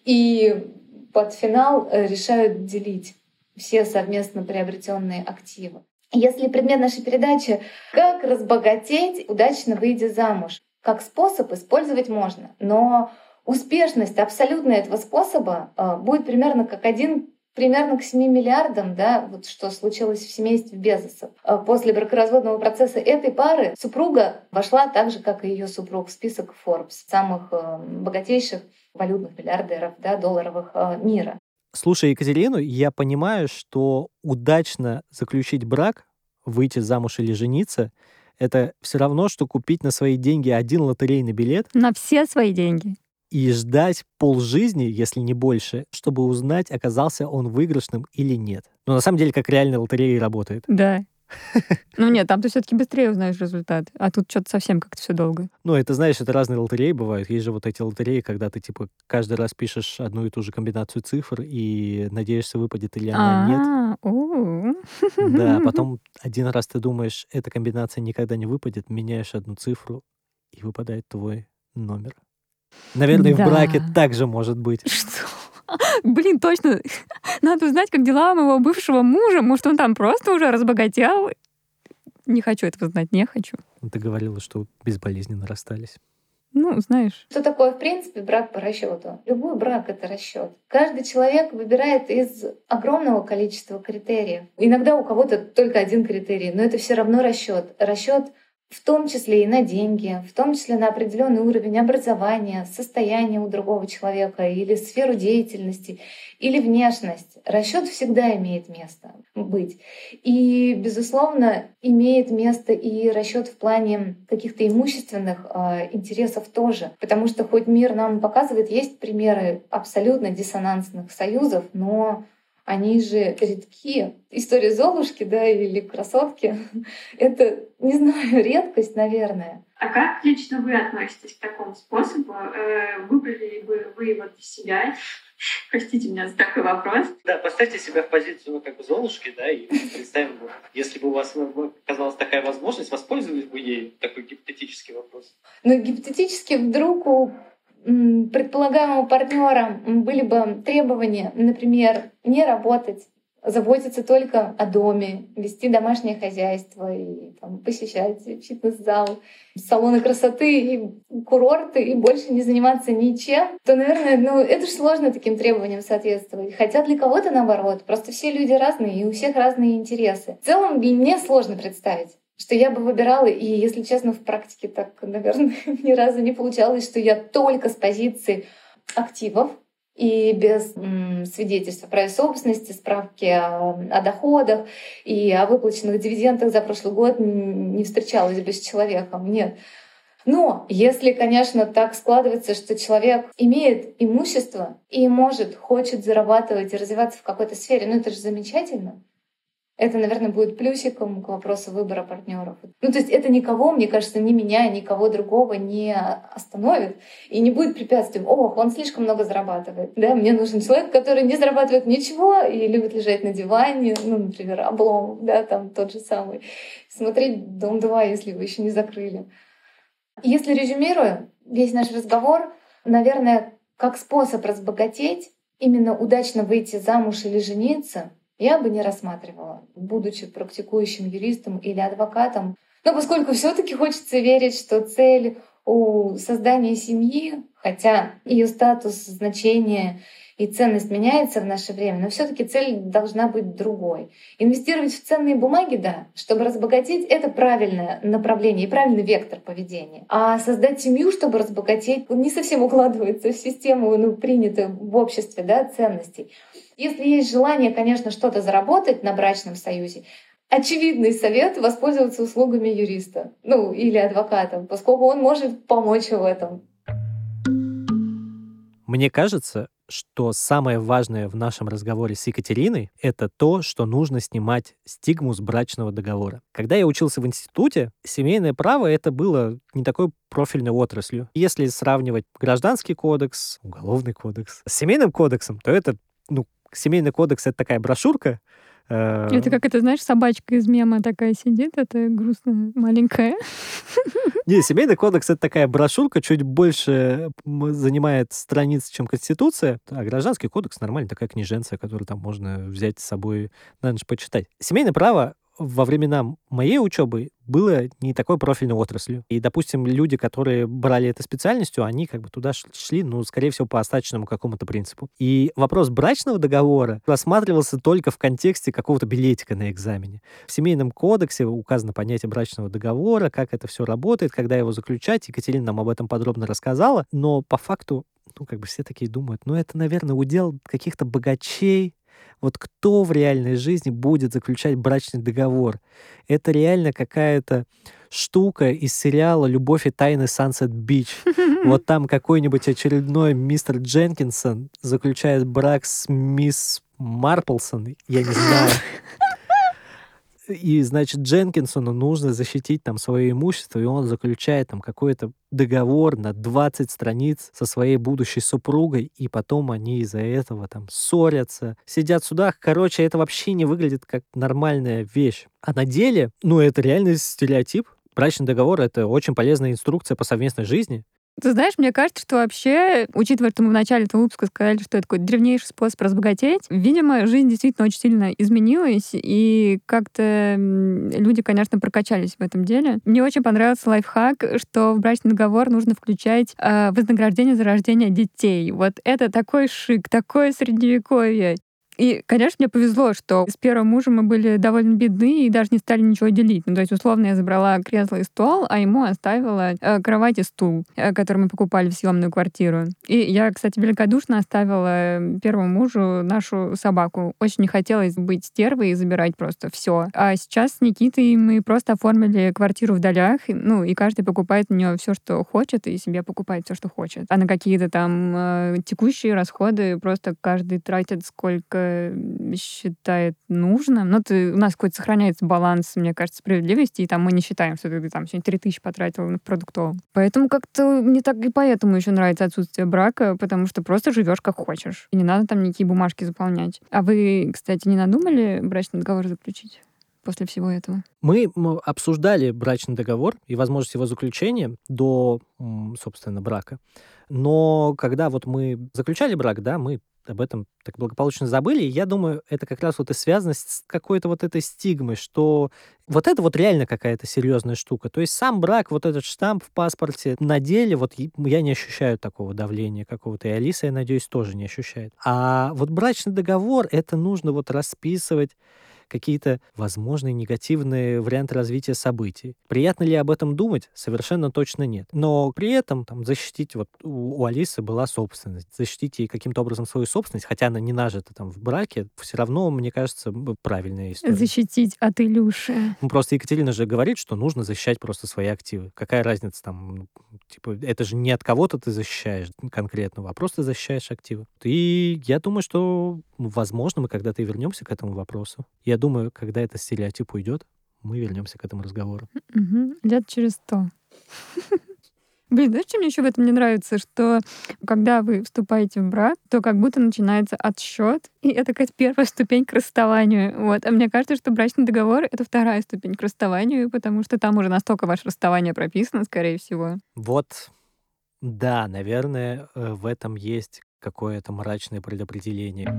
и под финал решают делить все совместно приобретенные активы. Если предмет нашей передачи «Как разбогатеть, удачно выйдя замуж», как способ использовать можно, но успешность абсолютно этого способа э, будет примерно как один примерно к семи миллиардам, да, вот что случилось в семействе Безосов. Э, после бракоразводного процесса этой пары супруга вошла так же, как и ее супруг, в список Forbes, самых э, богатейших валютных миллиардеров, да, долларовых э, мира. Слушай Екатерину, я понимаю, что удачно заключить брак, выйти замуж или жениться, это все равно, что купить на свои деньги один лотерейный билет. На все свои деньги. И ждать полжизни, если не больше, чтобы узнать, оказался он выигрышным или нет. Но на самом деле, как реальная лотерея работает. Да. Ну нет, там ты все-таки быстрее узнаешь результат, а тут что-то совсем как-то все долго. Ну, это, знаешь, это разные лотереи бывают. Есть же вот эти лотереи, когда ты, типа, каждый раз пишешь одну и ту же комбинацию цифр и надеешься, выпадет или она нет. А, Да, потом один раз ты думаешь, эта комбинация никогда не выпадет, меняешь одну цифру, и выпадает твой номер. Наверное, в Да. браке так же может быть. Что? Блин, точно. Надо узнать, как дела у моего бывшего мужа. Может, он там просто уже разбогател. Не хочу этого знать, не хочу. Ты говорила, что безболезненно расстались. Ну, знаешь. Что такое, в принципе, брак по расчету? Любой брак — это расчет. Каждый человек выбирает из огромного количества критериев. Иногда у кого-то только один критерий, но это все равно расчет. Расчет в том числе и на деньги, в том числе на определенный уровень образования, состояние у другого человека или сферу деятельности, или внешность. Расчет всегда имеет место быть. И, безусловно, имеет место и расчет в плане каких-то имущественных э, интересов тоже. Потому что хоть мир нам показывает, есть примеры абсолютно диссонансных союзов, но они же редки. История Золушки, да, или красотки — это, не знаю, редкость, наверное. А как лично вы относитесь к такому способу? Выбрали ли бы вы вот себя? Простите меня за такой вопрос. Да, поставьте себя в позицию, ну, как бы Золушки, да, и представим, если бы у вас оказалась такая возможность, воспользовались бы ей? Такой гипотетический вопрос. Ну, гипотетически вдруг у предполагаемого партнера были бы требования, например, не работать, заботиться только о доме, вести домашнее хозяйство и там, посещать фитнес-зал, салоны красоты и курорты и больше не заниматься ничем, то, наверное, ну, это же сложно таким требованиям соответствовать. Хотя для кого-то наоборот. Просто все люди разные, и у всех разные интересы. В целом, мне сложно представить, что я бы выбирала, и, если честно, в практике так, наверное, ни разу не получалось, что я только с позиции активов и без м, свидетельства о праве собственности, справки о, о доходах и о выплаченных дивидендах за прошлый год не встречалась бы с человеком. Нет. Но если, конечно, так складывается, что человек имеет имущество и может, хочет зарабатывать и развиваться в какой-то сфере, ну это же замечательно. Это, наверное, будет плюсиком к вопросу выбора партнеров. Ну, то есть это никого, мне кажется, ни меня, никого другого не остановит и не будет препятствием. Ох, он слишком много зарабатывает. Да, мне нужен человек, который не зарабатывает ничего и любит лежать на диване, ну, например, Обломов, да, там тот же самый. Смотреть «Дом два», если вы еще не закрыли. Если резюмируя весь наш разговор, наверное, как способ разбогатеть, именно удачно выйти замуж или жениться — я бы не рассматривала, будучи практикующим юристом или адвокатом. Но поскольку все-таки хочется верить, что цель у создания семьи, хотя ее статус, значение и ценность меняется в наше время, но все-таки цель должна быть другой. Инвестировать в ценные бумаги, да, чтобы разбогатеть — это правильное направление и правильный вектор поведения. А создать семью, чтобы разбогатеть, не совсем укладывается в систему, ну, принятую в обществе, да, ценностей. Если есть желание, конечно, что-то заработать на брачном союзе, очевидный совет — воспользоваться услугами юриста, ну, или адвоката, поскольку он может помочь в этом. Мне кажется, что самое важное в нашем разговоре с Екатериной — это то, что нужно снимать стигму с брачного договора. Когда я учился в институте, семейное право — это было не такой профильной отраслью. Если сравнивать гражданский кодекс, уголовный кодекс с семейным кодексом, то это, ну, семейный кодекс — это такая брошюрка. Э... Это как, это, знаешь, собачка из мема такая сидит, это грустная, маленькая. Не, семейный кодекс — это такая брошюрка, чуть больше занимает страниц, чем Конституция. А гражданский кодекс — нормально, такая книженция, которую там можно взять с собой на ночь почитать. Семейное право во времена моей учебы было не такой профильной отраслью. И, допустим, люди, которые брали это специальностью, они как бы туда шли, ну, скорее всего, по остаточному какому-то принципу. И вопрос брачного договора рассматривался только в контексте какого-то билетика на экзамене. В Семейном кодексе указано понятие брачного договора, как это все работает, когда его заключать. Екатерина нам об этом подробно рассказала, но по факту, ну, как бы все такие думают, ну, это, наверное, удел каких-то богачей. Вот кто в реальной жизни будет заключать брачный договор? Это реально какая-то штука из сериала «Любовь и тайны Sunset Beach». Вот там какой-нибудь очередной мистер Дженкинсон заключает брак с мисс Марплсон, я не знаю. И, значит, Дженкинсону нужно защитить там свое имущество, и он заключает там какой-то договор на двадцать страниц со своей будущей супругой, и потом они из-за этого там ссорятся, сидят в судах. Короче, это вообще не выглядит как нормальная вещь. А на деле, ну, это реальный стереотип. Брачный договор — это очень полезная инструкция по совместной жизни. Ты знаешь, мне кажется, что вообще, учитывая, что мы в начале этого выпуска сказали, что это такой древнейший способ разбогатеть, видимо, жизнь действительно очень сильно изменилась, и как-то люди, конечно, прокачались в этом деле. Мне очень понравился лайфхак, что в брачный договор нужно включать э, вознаграждение за рождение детей. Вот это такой шик, такое средневековье. И, конечно, мне повезло, что с первым мужем мы были довольно бедны и даже не стали ничего делить. Ну, то есть, условно, я забрала кресло и стол, а ему оставила э, кровать и стул, э, который мы покупали в съемную квартиру. И я, кстати, великодушно оставила первому мужу нашу собаку. Очень не хотелось быть стервой и забирать просто все. А сейчас с Никитой мы просто оформили квартиру в долях, ну, и каждый покупает у нее все, что хочет, и себе покупает все, что хочет. А на какие-то там э, текущие расходы просто каждый тратит сколько считает нужным. Ну, ты, у нас какой-то сохраняется баланс, мне кажется, справедливости, и там мы не считаем, что ты там сегодня три тысячи потратил на продуктовом. Поэтому как-то мне так и поэтому еще нравится отсутствие брака, потому что просто живешь как хочешь. И не надо там никакие бумажки заполнять. А вы, кстати, не надумали брачный договор заключить после всего этого? Мы обсуждали брачный договор и возможность его заключения до, собственно, брака. Но когда вот мы заключали брак, да, мы об этом так благополучно забыли. И я думаю, это как раз вот и связано с какой-то вот этой стигмой, что вот это вот реально какая-то серьезная штука. То есть сам брак, вот этот штамп в паспорте, на деле вот я не ощущаю такого давления какого-то. И Алиса, я надеюсь, тоже не ощущает. А вот брачный договор, это нужно вот расписывать какие-то возможные негативные варианты развития событий. Приятно ли об этом думать? Совершенно точно нет. Но при этом там, защитить, вот у, у Алисы была собственность, защитить ей каким-то образом свою собственность, хотя она не нажита там в браке, все равно, мне кажется, правильная история. Защитить от Илюши. Ну, просто Екатерина же говорит, что нужно защищать просто свои активы. Какая разница там? Типа, это же не от кого-то ты защищаешь конкретного, а просто защищаешь активы. И я думаю, что, возможно, мы когда-то и вернемся к этому вопросу. Я думаю, когда этот стереотип уйдет, мы вернемся к этому разговору. Угу. Лет через сто. Блин, знаешь, что мне еще в этом не нравится? Что когда вы вступаете в брак, то как будто начинается отсчет, и это какая-то первая ступень к расставанию. Вот. А мне кажется, что брачный договор — это вторая ступень к расставанию, потому что там уже настолько ваше расставание прописано, скорее всего. Вот, да, наверное, в этом есть какое-то мрачное предопределение.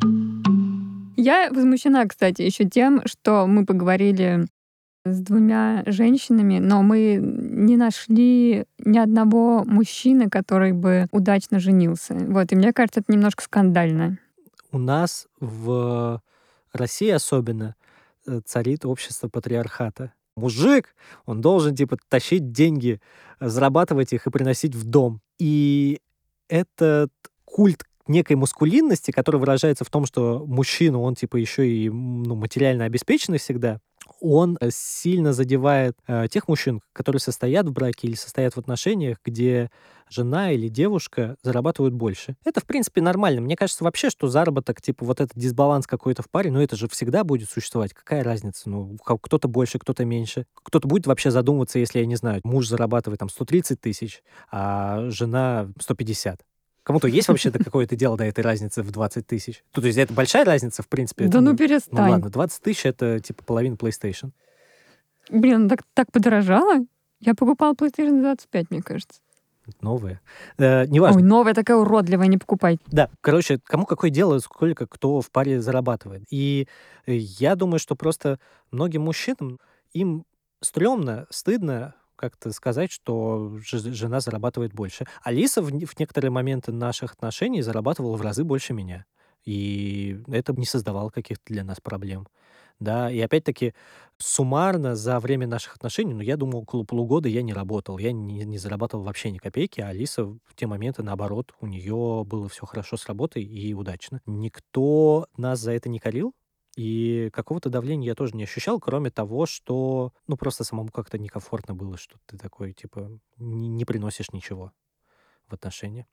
Я возмущена, кстати, еще тем, что мы поговорили с двумя женщинами, но мы не нашли ни одного мужчины, который бы удачно женился. Вот, и мне кажется, это немножко скандально. У нас в России особенно царит общество патриархата. Мужик, он должен, типа, тащить деньги, зарабатывать их и приносить в дом. И этот культ некой маскулинности, который выражается в том, что мужчина, он, типа, еще и ну, материально обеспеченный всегда, он сильно задевает э, тех мужчин, которые состоят в браке или состоят в отношениях, где жена или девушка зарабатывают больше. Это, в принципе, нормально. Мне кажется вообще, что заработок, типа вот этот дисбаланс какой-то в паре, ну это же всегда будет существовать. Какая разница? Ну, кто-то больше, кто-то меньше. Кто-то будет вообще задумываться, если, я не знаю, муж зарабатывает там сто тридцать тысяч, а жена сто пятьдесят. Кому-то есть вообще-то какое-то дело до этой разницы в двадцать тысяч? То есть это большая разница, в принципе? Да это, ну перестань. Ну ладно, двадцать тысяч — это типа половина PlayStation. Блин, так, так подорожало? Я покупала PlayStation двадцать пять, мне кажется. Новая. Э, неважно. Ой, новая такая уродливая, не покупай. Да, короче, кому какое дело, сколько кто в паре зарабатывает. И я думаю, что просто многим мужчинам, им стрёмно, стыдно как-то сказать, что жена зарабатывает больше. Алиса в, в некоторые моменты наших отношений зарабатывала в разы больше меня. И это не создавало каких-то для нас проблем. Да, и опять-таки суммарно за время наших отношений, ну, я думаю, около полугода я не работал. Я не, не зарабатывал вообще ни копейки, а Алиса в те моменты, наоборот, у нее было все хорошо с работой и удачно. Никто нас за это не корил. И какого-то давления я тоже не ощущал, кроме того, что, ну, просто самому как-то некомфортно было, что ты такой, типа, не, не приносишь ничего в отношения.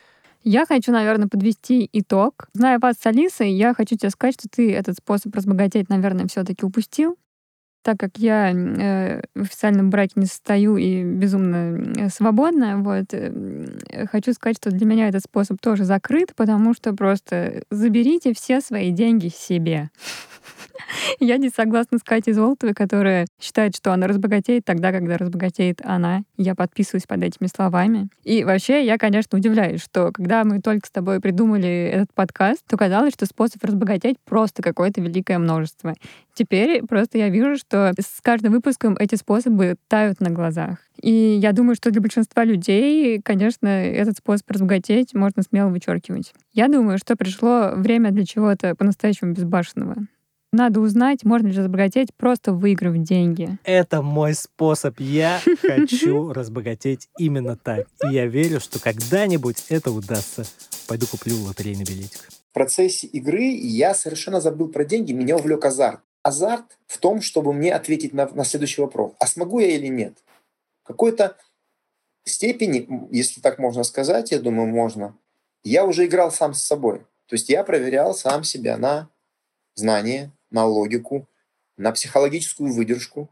Я хочу, наверное, подвести итог. Зная вас с Алисой, я хочу тебе сказать, что ты этот способ разбогатеть, наверное, все-таки упустил. Так как я э, в официальном браке не состою и безумно свободна, вот, э, хочу сказать, что для меня этот способ тоже закрыт, потому что просто заберите все свои деньги себе. Я не согласна с Катей Золотовой, которая считает, что она разбогатеет тогда, когда разбогатеет она. Я подписываюсь под этими словами. И вообще, я, конечно, удивляюсь, что когда мы только с тобой придумали этот подкаст, то казалось, что способ разбогатеть просто какое-то великое множество. Теперь просто я вижу, что с каждым выпуском эти способы тают на глазах. И я думаю, что для большинства людей, конечно, этот способ разбогатеть можно смело вычеркивать. Я думаю, что пришло время для чего-то по-настоящему безбашенного. Надо узнать, можно ли разбогатеть, просто выиграв деньги. Это мой способ. Я хочу разбогатеть именно так. И я верю, что когда-нибудь это удастся. Пойду куплю лотерейный билетик. В процессе игры я совершенно забыл про деньги, меня увлек азарт. Азарт в том, чтобы мне ответить на, на следующий вопрос. А смогу я или нет? В какой-то степени, если так можно сказать, я думаю, можно, я уже играл сам с собой. То есть я проверял сам себя на знание, на логику, на психологическую выдержку.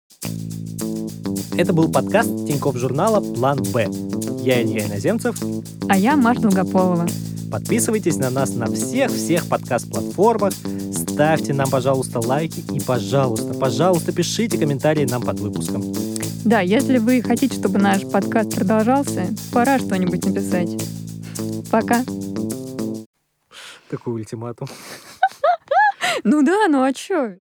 Это был подкаст Тинькофф журнала «План Б». Я Илья Иноземцев. А я Маша Долгополова. Подписывайтесь на нас на всех-всех подкаст-платформах. Ставьте нам, пожалуйста, лайки. И, пожалуйста, пожалуйста, пишите комментарии нам под выпуском. Да, если вы хотите, чтобы наш подкаст продолжался, пора что-нибудь написать. Пока. Такой ультиматум. Ну да, ну а чё?